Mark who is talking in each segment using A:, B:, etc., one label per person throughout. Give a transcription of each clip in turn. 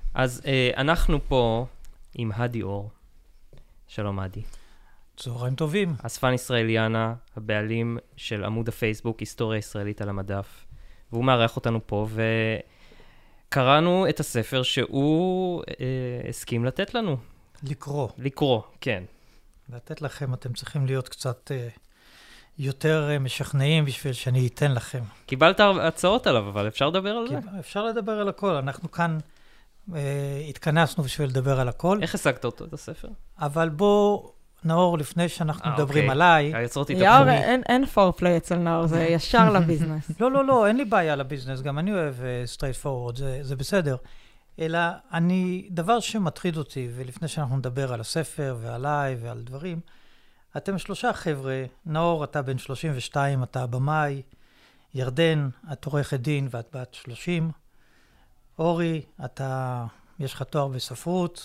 A: אז אנחנו פה עם הדי אור. שלום הדי.
B: צהריים טובים.
A: אספן ישראליאנה, הבעלים של עמוד הפייסבוק, היסטוריה ישראלית על המדף. והוא מארח אותנו פה, וקראנו את הספר שהוא הסכים לתת לנו. לקרוא, כן.
B: לתת לכם, אתם צריכים להיות קצת יותר משכנעים בשביל שאני אתן לכם.
A: קיבלת הצעות עליו, אבל אפשר לדבר על זה?
B: אפשר לדבר על הכל. אנחנו כאן התכנסנו בשביל לדבר על הכל.
A: איך השגת אותו, את הספר?
B: אבל בוא, נאור, לפני שאנחנו מדברים עליי...
C: יאור, אין פורפליי אצל נאור, זה ישר לביזנס.
B: לא, אין לי בעיה לביזנס, גם אני אוהב straight forward, זה בסדר. אלא דבר שמטריד אותי, ולפני שאנחנו נדבר על הספר ועליי ועל דברים, אתם 3 חבר'ה, נאור, אתה בן 32, אתה במאי, ירדן, את עורכת דין ואת בת 30, אורי, יש לך תואר בספרות,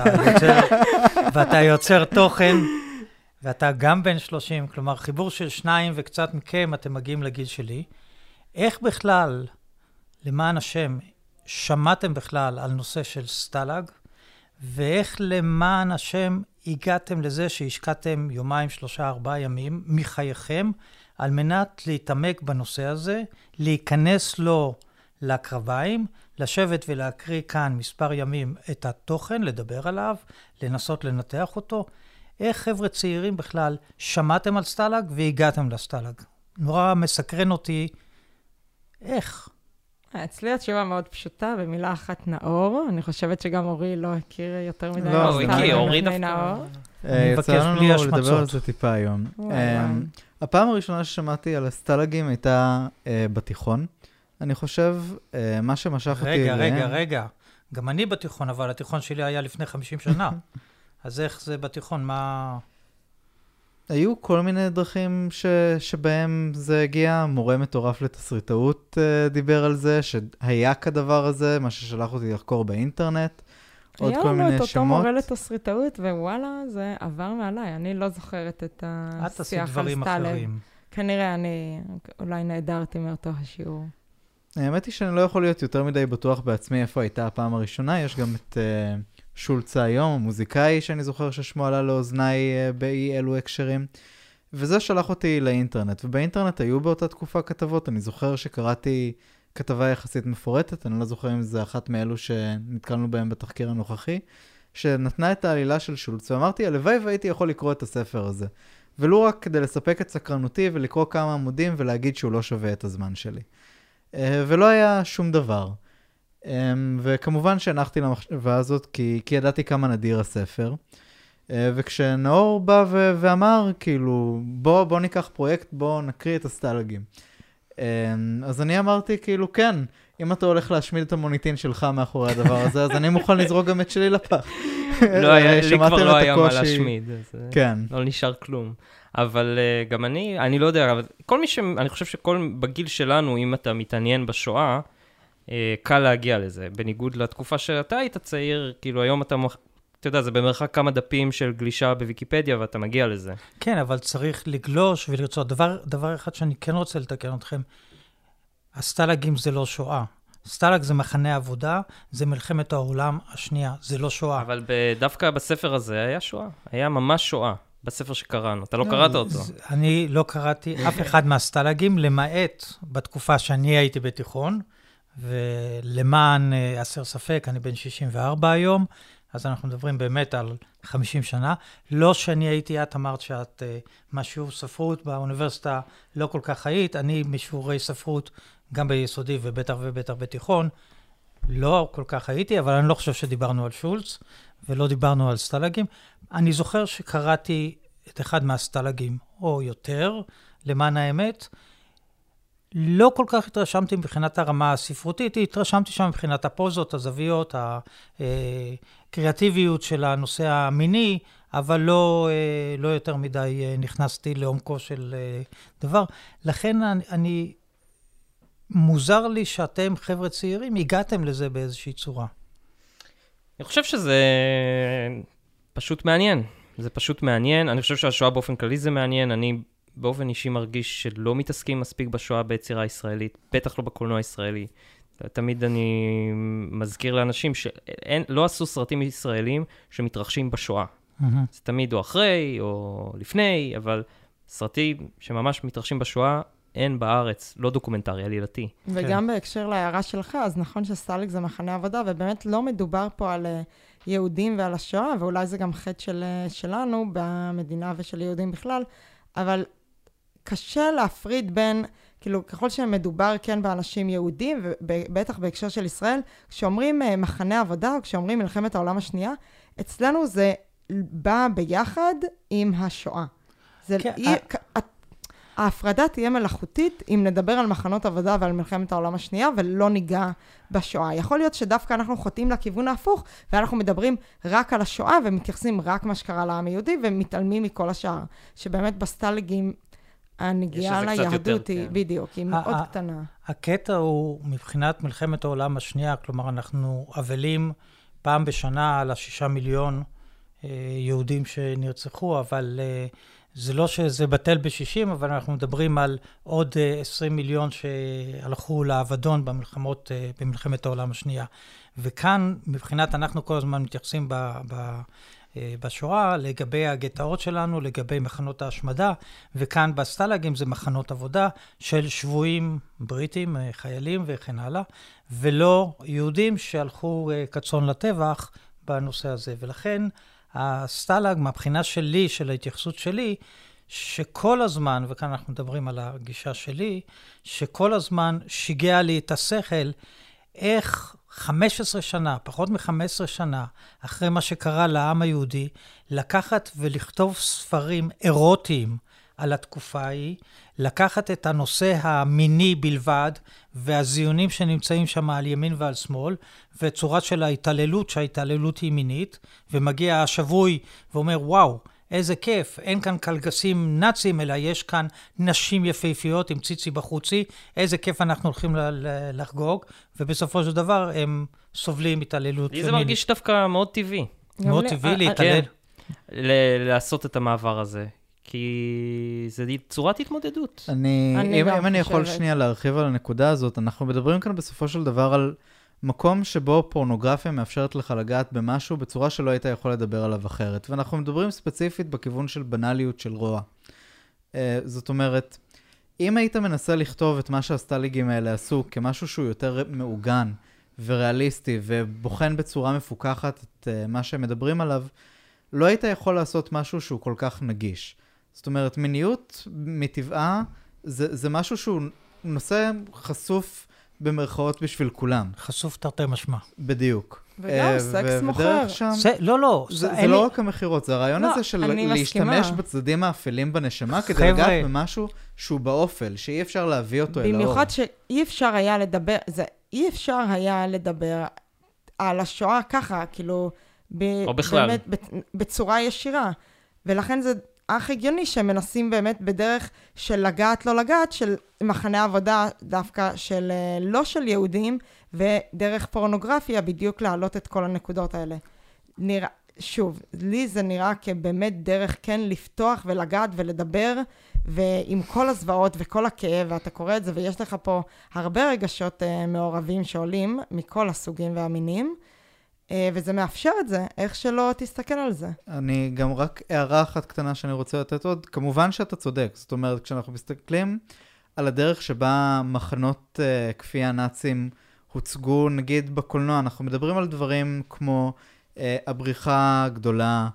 B: ואתה יוצר תוכן, ואתה גם בן 30, כלומר חיבור של 2 וקצת מכם, אתם מגיעים לגיל שלי. איך בכלל, למען השם, שמעתם בכלל על נושא של סטלג, ואיך למען השם הגעתם לזה שהשקעתם 2, 3, 4 ימים מחייכם, על מנת להתעמק בנושא הזה, להיכנס לו לקרביים, לשבת ולהקריא כאן מספר ימים את התוכן, לדבר עליו, לנסות לנתח אותו. איך חבר'ה צעירים בכלל שמעתם על סטלג והגעתם לסטלג? נורא מסקרן אותי, איך?
C: אצלי התשובה מאוד פשוטה, במילה אחת נאור. אני חושבת שגם אורי לא הכיר יותר מדי.
A: לא, הוא הכיר, אורי דווקא.
D: יצא לנו לדבר על זה טיפה היום. הפעם הראשונה ששמעתי על הסטלגים הייתה בתיכון. אני חושב, מה שמשך אותי...
B: רגע. גם אני בתיכון, אבל התיכון שלי היה לפני 50 שנה. אז איך זה בתיכון? מה...
D: היו כל מיני דרכים שבהם זה הגיע. מורה מטורף לתסריטאות דיבר על זה, שהיה כדבר הזה, מה ששלח אותי לחקור באינטרנט. עוד כל מיני שמות.
C: היה לנו את אותו מורה לתסריטאות, ווואלה, זה עבר מעליי. אני לא זוכרת את השיח על סטלג. כנראה אני אולי נעדרתי מאותו השיעור.
D: האמת היא שאני לא יכול להיות יותר מדי בטוח בעצמי איפה הייתה הפעם הראשונה. יש גם את שולצה היום, המוזיקאי שאני זוכר ששמו עלה לאוזניי באי אלו הקשרים. וזה שלח אותי לאינטרנט. ובאינטרנט היו באותה תקופה כתבות. אני זוכר שקראתי כתבה יחסית מפורטת. אני לא זוכר אם זה אחת מאלו שנתקלנו בהם בתחקיר הנוכחי, שנתנה את העלילה של שולץ. ואמרתי, הלוואי והייתי יכול לקרוא את הספר הזה. ולא רק כדי לספק את סקרנותי ולקרוא כמה עמודים ולהגיד שהוא לא שווה את הזמן שלי. ולא היה שום דבר. וכמובן שהנחתי למחשבה הזאת, כי ידעתי כמה נדיר הספר. וכשנאור בא ואמר, כאילו, בוא ניקח פרויקט, בוא נקריא את הסטלגים. אז אני אמרתי, כאילו, כן, אם אתה הולך להשמיד את המוניטין שלך מאחורי הדבר הזה, אז אני מוכן לזרוק גם את שלי לפח.
A: לי כבר לא היה מה להשמיד.
D: כן.
A: לא נשאר כלום. אבל גם אני לא יודע, אבל אני חושב שכל בגיל שלנו, אם אתה מתעניין בשואה, קל להגיע לזה. בניגוד לתקופה שאתה היית צעיר, כאילו היום אתה יודע, זה במרחק כמה דפים של גלישה בוויקיפדיה, ואתה מגיע לזה.
B: כן, אבל צריך לגלוש ולרצות. דבר אחד שאני כן רוצה לתקן אתכם, הסטלגים זה לא שואה. סטלג זה מחנה עבודה, זה מלחמת העולם השנייה, זה לא שואה.
A: אבל דווקא בספר הזה היה שואה. היה ממש שואה. בספר שקראנו. אתה לא קראת אותו.
B: אני לא קראתי אף אחד מהסטלגים, למעט בתקופה שאני הייתי בתיכון, ולמען הסר ספק, אני בן 64 היום, אז אנחנו מדברים באמת על 50 שנה. לא שאני הייתי, את אמרת שאת מהשיעור ספרות באוניברסיטה לא כל כך היית, אני משיעורי ספרות גם ביסודי ובטח בתיכון, לא כל כך הייתי, אבל אני לא חושב שדיברנו על שולץ, ולא דיברנו על סטלגים. אני זוכר שקראתי את אחד מהסטלגים, או יותר, למען האמת. לא כל כך התרשמתי מבחינת הרמה הספרותית, התרשמתי שם מבחינת הפוזות, הזוויות, הקריאטיביות של הנושא המיני, אבל לא יותר מדי נכנסתי לעומקו של דבר. לכן אני מוזר לי שאתם, חבר'ה צעירים, הגעתם לזה באיזושהי צורה.
A: אני חושב שזה פשוט מעניין. זה פשוט מעניין. אני חושב שהשואה באופן כללי זה מעניין. אני באופן אישי מרגיש שלא מתעסקים מספיק בשואה ביצירה הישראלית, בטח לא בקולנוע הישראלי. תמיד אני מזכיר לאנשים שלא עשו סרטים ישראלים שמתרחשים בשואה. זה תמיד או אחרי או לפני, אבל סרטים שממש מתרחשים בשואה, אין בארץ, לא דוקומנטרי, עלילתי.
C: וגם בהקשר להערה שלך, אז נכון שסטאליק זה מחנה עבודה, ובאמת לא מדובר פה על יהודים ועל השואה, ואולי זה גם חטא שלנו במדינה ושל יהודים בכלל, אבל קשה להפריד בין, כאילו, ככל שמדובר כן באנשים יהודים, ובטח בהקשר של ישראל, כשאומרים מחנה עבודה, או כשאומרים מלחמת העולם השנייה, אצלנו זה בא ביחד עם השואה. ההפרדה תהיה מלאכותית אם נדבר על מחנות עבודה ועל מלחמת העולם השנייה, ולא ניגע בשואה. יכול להיות שדווקא אנחנו חוטאים לכיוון ההפוך, ואנחנו מדברים רק על השואה, ומתייחסים רק מה שקרה לעם היהודי, ומתעלמים מכל השאר. שבאמת בסטלגים הנגיעה ליהדות היא, בדיוק, היא מאוד קטנה.
B: הקטע הוא מבחינת מלחמת העולם השנייה, כלומר אנחנו אבלים פעם בשנה על 6 מיליון יהודים שנרצחו, אבל זה לא שזה בטל ב-60, אבל אנחנו מדברים על עוד 20 מיליון שהלכו לאבדון במלחמת העולם השנייה. וכאן, מבחינת אנחנו כל הזמן מתייחסים בשואה, לגבי הגטאות שלנו, לגבי מחנות ההשמדה, וכאן בסטלגים זה מחנות עבודה של שבויים בריטים, חיילים וכן הלאה, ולא יהודים שהלכו כצאן לטבח בנושא הזה. ולכן הסטלג, מהבחינה שלי, של ההתייחסות שלי, שכל הזמן, וכאן אנחנו מדברים על הגישה שלי, שכל הזמן שיגע לי את השכל, איך 15 שנה, פחות מ-15 שנה, אחרי מה שקרה לעם היהודי, לקחת ולכתוב ספרים אירוטיים על התקופה ההיא, לקחת את הנושא המיני בלבד, והזיונים שנמצאים שם על ימין ועל שמאל, וצורה של ההתעללות, שההתעללות היא מינית, ומגיע השבוי ואומר, וואו, איזה כיף, אין כאן קלגסים נאצים, אלא יש כאן נשים יפהפיות עם ציצי בחוצי, איזה כיף אנחנו הולכים לחגוג, ובסופו של דבר הם סובלים התעללות
A: מינית. לי זה מרגיש דווקא מאוד טבעי.
B: מאוד טבעי להתעלל.
A: לעשות את המעבר הזה. כי זה צורת התמודדות.
D: אם אני יכול שנייה להרחיב על הנקודה הזאת, אנחנו מדברים כאן בסופו של דבר על מקום שבו פורנוגרפיה מאפשרת לך לגעת במשהו בצורה שלא היית יכול לדבר עליו אחרת. ואנחנו מדברים ספציפית בכיוון של בנליות של רוע. זאת אומרת, אם היית מנסה לכתוב את מה שהסטליגים האלה עשו כמשהו שהוא יותר מעוגן וריאליסטי ובוחן בצורה מפוקחת את מה שהם מדברים עליו, לא היית יכול לעשות משהו שהוא כל כך נגיש. זאת אומרת, מיניות מטבעה זה משהו שהוא נושא חשוף במרכאות בשביל כולם.
B: חשוף תרתי משמע.
D: בדיוק.
C: וגם סקס מוכר.
B: לא.
D: זה לא רק המחירות, זה הרעיון הזה של להשתמש בצדדים האפלים בנשמה, כדי לגעת במשהו שהוא באופל, שאי אפשר להביא אותו אל האור.
C: במיוחד שאי אפשר היה לדבר, אי אפשר היה לדבר על השואה ככה, כאילו,
A: או בכלל.
C: באמת בצורה ישירה. ולכן זה אך הגיוני שמנסים באמת בדרך של לגעת, לא לגעת, של מחנה עבודה דווקא של לא של יהודים, ודרך פורנוגרפיה בדיוק להעלות את כל הנקודות האלה. שוב, לי זה נראה כבאמת דרך כן לפתוח ולגעת ולדבר, ועם כל הזוועות וכל הכאב, ואתה קורא את זה, ויש לך פה הרבה רגשות מעורבים שעולים מכל הסוגים והמינים, וזה מאפשר את זה, איך שלא תסתכל על זה.
D: אני גם רק הערה אחת קטנה שאני רוצה לתת עוד, כמובן שאתה צודק, זאת אומרת, כשאנחנו מסתכלים על הדרך שבה מחנות כפייה נאצים הוצגו, נגיד בקולנוע, אנחנו מדברים על דברים כמו הבריחה הגדולה,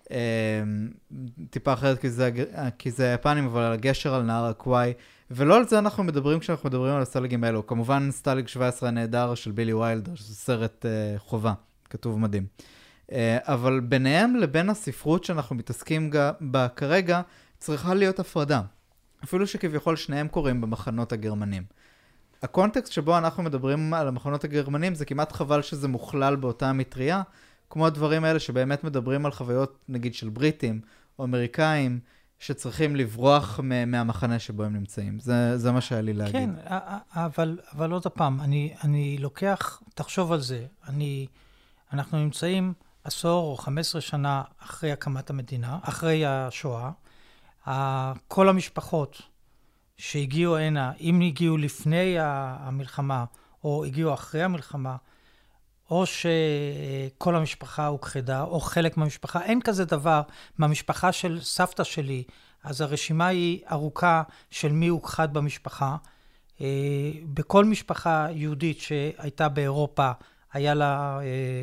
D: טיפה אחרת כי זה היפנים, אבל על הגשר על נהר הקוואי, ולא על זה אנחנו מדברים כשאנחנו מדברים על הסטלגים האלו. כמובן סטלג 17 הנהדר של בילי ויילדר, שזה סרט חובה. כתוב מדהים. אבל ביניהם לבין הספרות שאנחנו מתעסקים בה כרגע, צריכה להיות הפרדה. אפילו שכביכול שניהם קוראים במחנות הגרמנים. הקונטקסט שבו אנחנו מדברים על המחנות הגרמנים, זה כמעט חבל שזה מוכלל באותה מטריה, כמו הדברים האלה שבאמת מדברים על חוויות, נגיד, של בריטים או אמריקאים, שצריכים לברוח מהמחנה שבו הם נמצאים. זה מה שהיה לי להגיד.
B: כן, אבל עוד הפעם, אני לוקח, תחשוב על זה, אנחנו נמצאים 10 או 15 שנה אחרי הקמת המדינה, אחרי השואה. כל המשפחות שהגיעו הנה, אם הגיעו לפני המלחמה, או הגיעו אחרי המלחמה, או שכל המשפחה הוכחדה, או חלק מהמשפחה. אין כזה דבר. מהמשפחה של סבתא שלי, אז הרשימה היא ארוכה של מי הוכחד במשפחה. בכל משפחה יהודית שהייתה באירופה, היה לה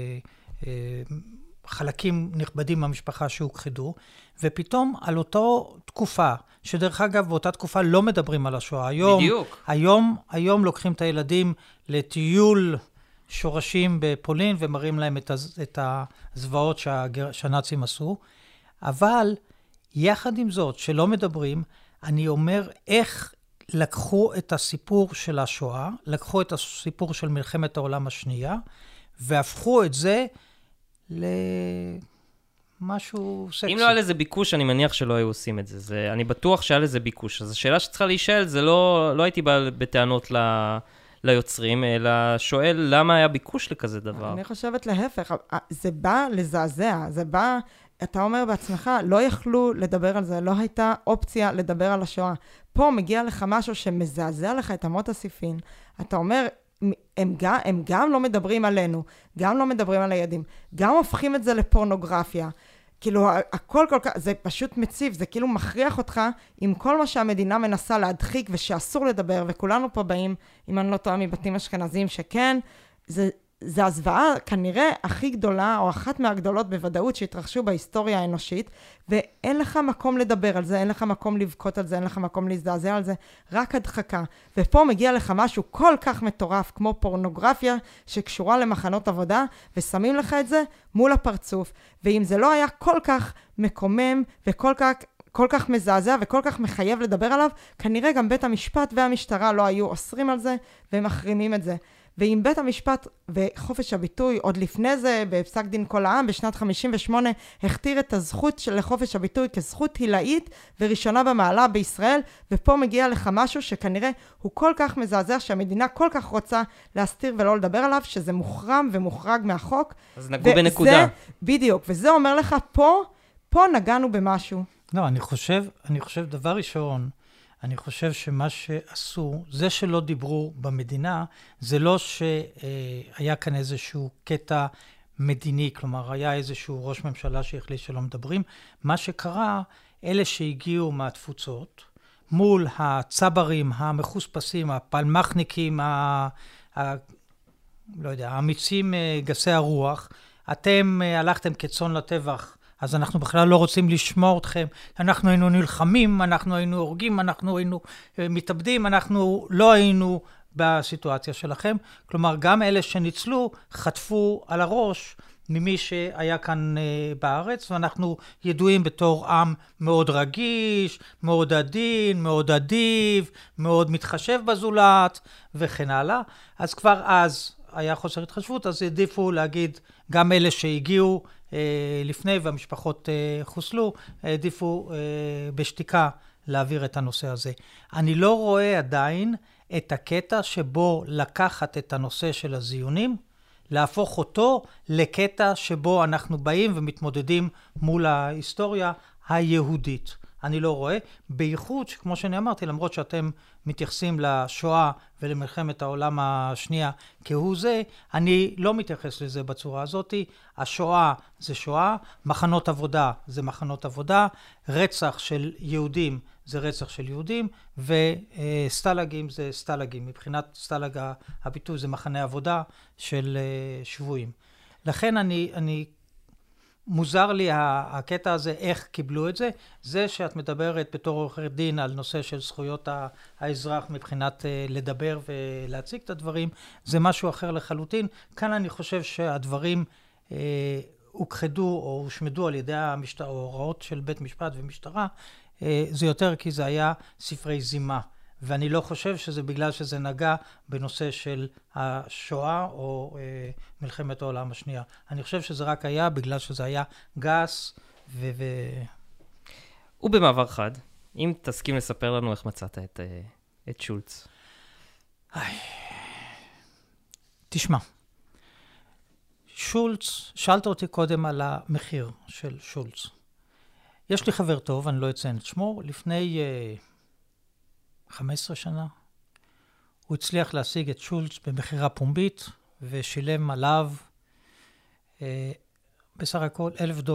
B: חלקים נכבדים מהמשפחה שהוכחדו, ופתאום על אותו תקופה, שדרך אגב באותה תקופה לא מדברים על השואה.
A: בדיוק.
B: היום לוקחים את הילדים לטיול שורשים בפולין, ומראים להם את הזוועות שהנאצים עשו. אבל יחד עם זאת, שלא מדברים, אני אומר איך לקחו את הסיפור של השואה, לקחו את הסיפור של מלחמת העולם השנייה, והפכו את זה למשהו סקסי.
A: אם לא היה לזה ביקוש, אני מניח שלא היו עושים את זה. אני בטוח שהיה לזה ביקוש. אז השאלה שצריכה להישאל, זה לא הייתי בא בטענות ליוצרים, אלא שואל למה היה ביקוש לכזה דבר.
C: אני חושבת להפך, זה בא לזעזע, זה בא, אתה אומר בעצמך, לא יכלו לדבר על זה, לא הייתה אופציה לדבר על השואה. פה מגיע לך משהו שמזעזע לך את אמות הסיפין. אתה אומר, הם גם לא מדברים עלינו, גם לא מדברים על הילדים, גם הופכים את זה לפורנוגרפיה. כאילו, הכל כל כך, זה פשוט מציב, זה כאילו מכריח אותך עם כל מה שהמדינה מנסה להדחיק ושאסור לדבר, וכולנו פה באים, אם אני לא טועה מבתים אשכנזים, שכן, זה הזוועה כנראה הכי גדולה, או אחת מהגדולות בוודאות שהתרחשו בהיסטוריה האנושית, ואין לך מקום לדבר על זה, אין לך מקום לבכות על זה, אין לך מקום להזדעזע על זה, רק הדחקה. ופה מגיע לך משהו כל כך מטורף, כמו פורנוגרפיה שקשורה למחנות עבודה, ושמים לך את זה מול הפרצוף. ואם זה לא היה כל כך מקומם וכל כך מזעזע וכל כך מחייב לדבר עליו, כנראה גם בית המשפט והמשטרה לא היו אוסרים על זה ומחרימים את זה. ואם בית המשפט וחופש הביטוי, עוד לפני זה, בפסק דין כל העם, בשנת 58, הכתיר את הזכות לחופש הביטוי כזכות הילאית וראשונה במעלה בישראל, ופה מגיע לך משהו שכנראה הוא כל כך מזעזע, שהמדינה כל כך רוצה להסתיר ולא לדבר עליו, שזה מוחרם ומוחרג מהחוק.
A: אז נגעו בנקודה.
C: בדיוק, וזה אומר לך, פה נגענו במשהו.
B: לא, אני חושב, דבר ראשון, אני חושב שמה שעשו, זה שלא דיברו במדינה, זה לא שהיה כאן איזשהו קטע מדיני, כלומר, היה איזשהו ראש ממשלה שהחליט שלא מדברים. מה שקרה, אלה שהגיעו מהתפוצות, מול הצברים, המחוספסים, הפלמחניקים, לא יודע, האמיצים גסי הרוח, אתם הלכתם כצאן לטבח, אז אנחנו בכלל לא רוצים לשמוע אתכם, אנחנו היינו נלחמים, אנחנו היינו הורגים, אנחנו היינו מתאבדים, אנחנו לא היינו בסיטואציה שלכם. כלומר, גם אלה שניצלו חטפו על הראש ממי שהיה כאן בארץ, ואנחנו ידועים בתור עם מאוד רגיש, מאוד עדין, מאוד אדיב, מאוד מתחשב בזולת וכן הלאה. אז כבר אז היה חוסר התחשבות, אז העדיפו להגיד גם אלה שהגיעו לפני והמשפחות חוסלו, העדיפו בשתיקה להעביר את הנושא הזה. אני לא רואה עדיין את הקטע שבו לקחת את הנושא של הזיונים, להפוך אותו לקטע שבו אנחנו באים ומתמודדים מול ההיסטוריה היהודית. אני לא רואה, בייחוד, כמו שאני אמרתי, למרות שאתם מתייחסים לשואה ולמלחמת העולם השנייה כהוא זה, אני לא מתייחס לזה בצורה הזאת. השואה זה שואה, מחנות עבודה זה מחנות עבודה, רצח של יהודים זה רצח של יהודים, וסטלגים זה סטלגים. מבחינת סטלג הביטוי זה מחנה עבודה של שבויים. לכן אני מוזר לי הקטע הזה, איך קיבלו את זה. זה שאת מדברת בתור עורכת דין על נושא של זכויות האזרח מבחינת לדבר ולהציג את הדברים, זה משהו אחר לחלוטין. כאן אני חושב שהדברים הוכחדו או הושמדו על ידי ההוראות של בית משפט ומשטרה, זה יותר כי זה היה ספרי זימה. ואני לא חושב שזה בגלל שזה נגע בנושא של השואה או מלחמת העולם השנייה. אני חושב שזה רק היה בגלל שזה היה גס
A: ובמעבר חד, אם תסכים לספר לנו איך מצאת את שולץ.
B: תשמע, שולץ, שאלת אותי קודם על המחיר של שולץ. יש לי חבר טוב, אני לא אציין את שמו, לפני 15 שנה, הוא הצליח להשיג את שולץ במחירה פומבית, ושילם עליו בסך הכל $1,000.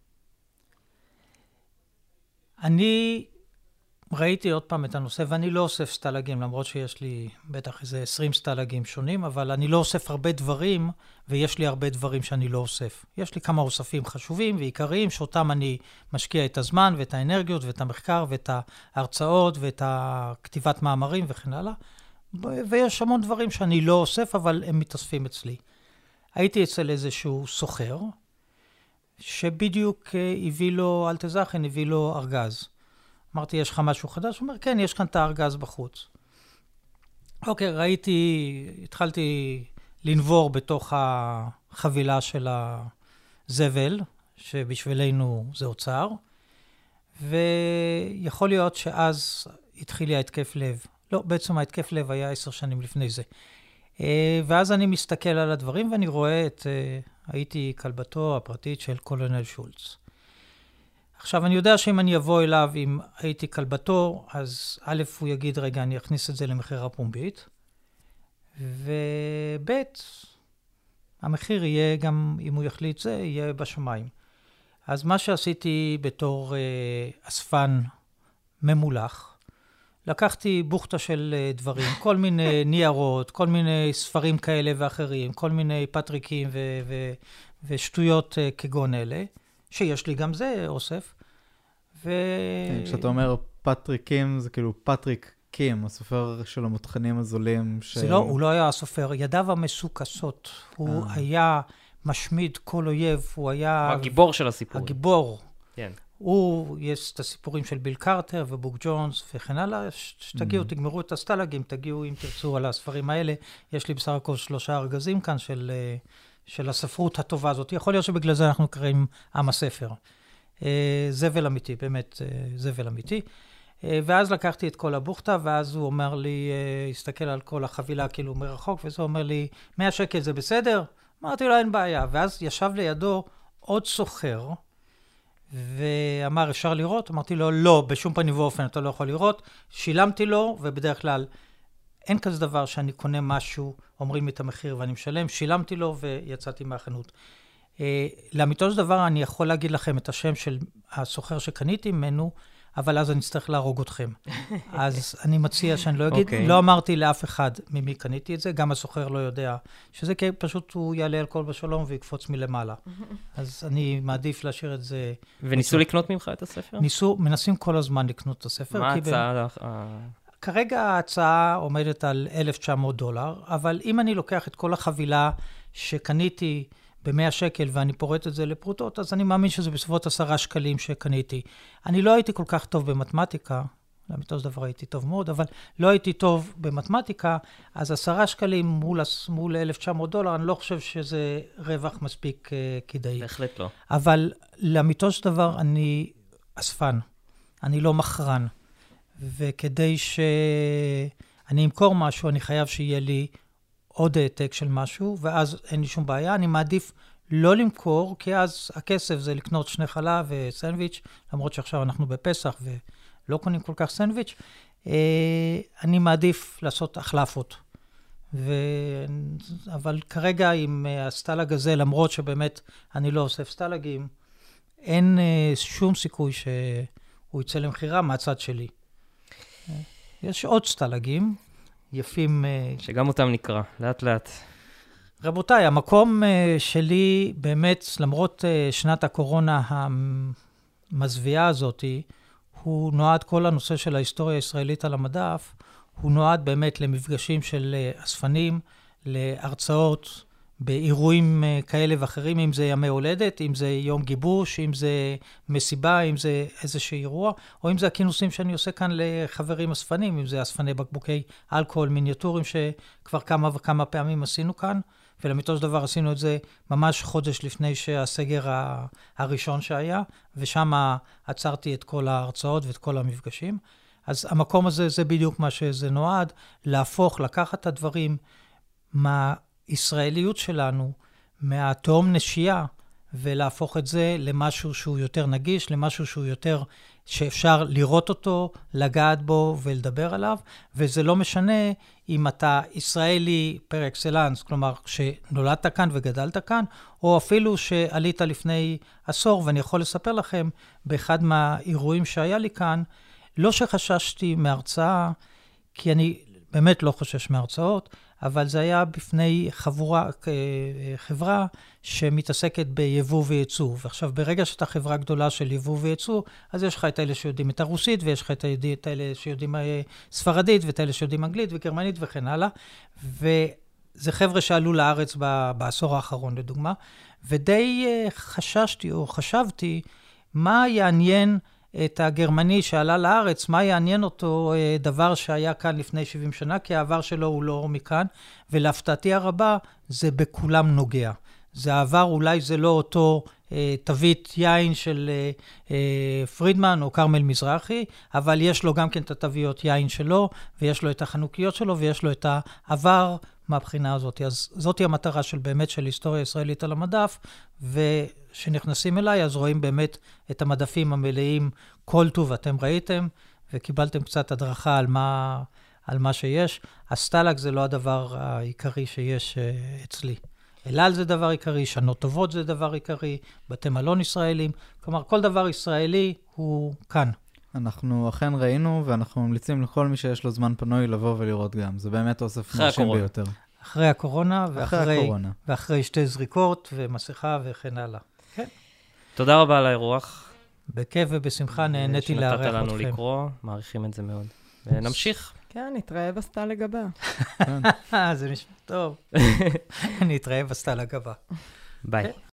B: אני ראיתי עוד פעם את הנושא, ואני לא אוסף סטלגים, למרות שיש לי בטח איזה 20 סטלגים שונים, אבל אני לא אוסף הרבה דברים, ויש לי הרבה דברים שאני לא אוסף. יש לי כמה אוספים חשובים ועיקריים, שאותם אני משקיע את הזמן, ואת האנרגיות, ואת המחקר, ואת ההרצאות, ואת הכתיבת מאמרים וכן הלאה. ויש המון דברים שאני לא אוסף, אבל הם מתאספים אצלי. הייתי אצל איזשהו סוחר, שבדיוק הביא לו, אלטזכן הביא לו ארגז. אמרתי, יש לך משהו חדש? הוא אומר, כן, יש כאן את הארגז בחוץ. אוקיי, התחלתי לנבור בתוך החבילה של הזבל, שבשבילנו זה אוצר, ויכול להיות שאז התחיל לי ההתקף לב. לא, בעצם ההתקף לב היה 10 שנים לפני זה. ואז אני מסתכל על הדברים ואני רואה הייתי כלבתו הפרטית של קולונל שולץ. עכשיו, אני יודע שאם אני אבוא אליו, אם הייתי כלבתו, אז א', הוא יגיד, רגע, אני אכניס את זה למחירה פומבית, וב', המחיר יהיה גם, אם הוא יחליט זה, יהיה בשמיים. אז מה שעשיתי בתור אספן ממולח, לקחתי בוכתה של דברים, כל מיני ניירות, כל מיני ספרים כאלה ואחרים, כל מיני פטריקים ושטויות כגון אלה, שיש לי גם זה אוסף.
D: כשאתה אומר פטריקים, זה כאילו פטריק קים, הסופר של המותחנים הזולים.
B: זה לא, הוא לא היה הסופר, ידיו המסוכסות. הוא היה משמיד כל אויב, הוא היה...
A: הגיבור של הסיפור.
B: הגיבור.
A: כן.
B: יש את הסיפורים של ביל קרטר ובוק ג'ונס וכן הלאה, שתגיעו, תגמרו את הסטלגים, תגיעו אם תרצו על הספרים האלה. יש לי בסך הכל 3 ארגזים כאן של הספרות הטובה הזאת. יכול להיות שבגלל זה אנחנו קוראים עם הספר. זבל אמיתי, באמת זבל אמיתי. ואז לקחתי את כל הבוכתה, ואז הוא אומר לי, הסתכל על כל החבילה כאילו מרחוק, וזה אומר לי, 100 שקל זה בסדר? אמרתי לו, אין בעיה. ואז ישב לידו עוד סוחר, ואמר, אפשר לראות? אמרתי לו, לא, בשום פנים ואופן אתה לא יכול לראות. שילמתי לו, ובדרך כלל אין כזה דבר שאני קונה משהו, אומרים את המחיר ואני משלם, שילמתי לו ויצאתי מהחנות. לאמיתו של דבר אני יכול להגיד לכם את השם של הסוחר שקניתי ממנו, אבל אז אני אצטרך להרוג אתכם. אז אני מציע שאני לא אגיד, לא אמרתי לאף אחד ממי קניתי את זה, גם הסוחר לא יודע שזה, כי פשוט הוא יעלה על כל בשלום ויקפוץ מלמעלה. אז אני מעדיף להשאיר את זה.
A: וניסו לקנות ממך את הספר?
B: מנסים כל הזמן לקנות את הספר.
A: מה ההצעה?
B: כרגע ההצעה עומדת על $1,900, אבל אם אני לוקח את כל החבילה שקניתי ב100 שקל ואני פורט את זה לפרוטות, אז אני מאמין שזה בסביבות 10 שקלים שקניתי. אני לא הייתי כל כך טוב במתמטיקה, לאמיתו של דבר הייתי טוב מאוד, אבל לא הייתי טוב במתמטיקה, אז 10 שקלים מול $1,900, אני לא חושב שזה רווח מספיק כדאי.
A: בהחלט לא.
B: אבל לאמיתו של דבר אני אספן, אני לא מחרן. וכדי שאני אמכור משהו, אני חייב שיהיה לי עוד העתק של משהו, ואז אין לי שום בעיה. אני מעדיף לא למכור, כי אז הכסף זה לקנות 2 חלב וסנדוויץ', למרות שעכשיו אנחנו בפסח ולא קונים כל כך סנדוויץ', אני מעדיף לעשות החלפות. אבל כרגע עם הסטלג הזה, למרות שבאמת אני לא אוסף סטלגים, אין שום סיכוי שהוא יצא למחירה מהצד שלי. יש עוד סטלגים יפים.
A: שגם אותם נקרא, לאט לאט.
B: רבותיי, המקום שלי באמת, למרות שנת הקורונה המזוויעה הזאת, הוא נועד כל הנושא של ההיסטוריה הישראלית על המדף, הוא נועד באמת למפגשים של אספנים, להרצאות, באירועים כאלה ואחרים, אם זה ימי הולדת, אם זה יום גיבוש, אם זה מסיבה, אם זה איזשהו אירוע, או אם זה הכינוסים שאני עושה כאן לחברים אספנים, אם זה אספני בקבוקי אלכוהול, מיניאטורים שכבר כמה וכמה פעמים עשינו כאן, ולאמיתו של דבר עשינו את זה ממש חודש לפני שהסגר הראשון שהיה, ושם עצרתי את כל ההרצאות ואת כל המפגשים. אז המקום הזה זה בדיוק מה שזה נועד, לקחת את הדברים ישראליות שלנו, מהתאום נשייה, ולהפוך את זה למשהו שהוא יותר נגיש, למשהו שהוא יותר, שאפשר לראות אותו, לגעת בו ולדבר עליו, וזה לא משנה אם אתה ישראלי פר אקסלנס, כלומר, שנולדת כאן וגדלת כאן, או אפילו שעלית לפני עשור, ואני יכול לספר לכם, באחד מהאירועים שהיה לי כאן, לא שחששתי מהרצאה, כי אני באמת לא חושש מהרצאות, אבל זה היה בפני חברה שמתעסקת ביבוא וייצוא. ועכשיו, ברגע שאתה חברה גדולה של יבוא וייצוא, אז יש לך את אלה שיודעים את הרוסית, ויש לך את אלה שיודעים ספרדית, ואת אלה שיודעים אנגלית וגרמנית וכן הלאה. וזה חבר'ה שעלו לארץ בעשור האחרון, לדוגמה, ודי חששתי או חשבתי מה יעניין את הגרמני שעלה לארץ, מה יעניין אותו דבר שהיה כאן לפני 70 שנה, כי העבר שלו הוא לא מכאן, ולהפתעתי הרבה זה בכולם נוגע. זה העבר, אולי זה לא אותו תווית יין של פרידמן או קרמל מזרחי, אבל יש לו גם כן את התוויות יין שלו, ויש לו את החנוכיות שלו, ויש לו את העבר מהבחינה הזאת. אז זאת היא המטרה של באמת של היסטוריה ישראלית על המדף, ושנכנסים אליי, אז רואים באמת את המדפים המלאים כל טוב, אתם ראיתם, וקיבלתם קצת הדרכה על מה שיש. הסטלג זה לא הדבר העיקרי שיש אצלי. אלעל זה דבר עיקרי, שנות טובות זה דבר עיקרי, בתי מלון ישראלים, כלומר כל דבר ישראלי הוא כאן.
D: אנחנו אכן ראינו, ואנחנו ממליצים לכל מי שיש לו זמן פנוי לבוא ולראות גם. זה באמת אוסף מרשים ביותר.
B: אחרי הקורונה, ואחרי 2 זריקות ומסכה וכן הלאה. כן.
A: תודה רבה על האירוח.
B: בכיף ובשמחה נהניתי לארח אתכם.
A: שנתת לנו לקרוא, מעריכים את זה מאוד. ונמשיך.
C: כן, נתראה בסטלג הבא.
B: זה נשמע טוב. נתראה בסטלג הבא.
A: ביי.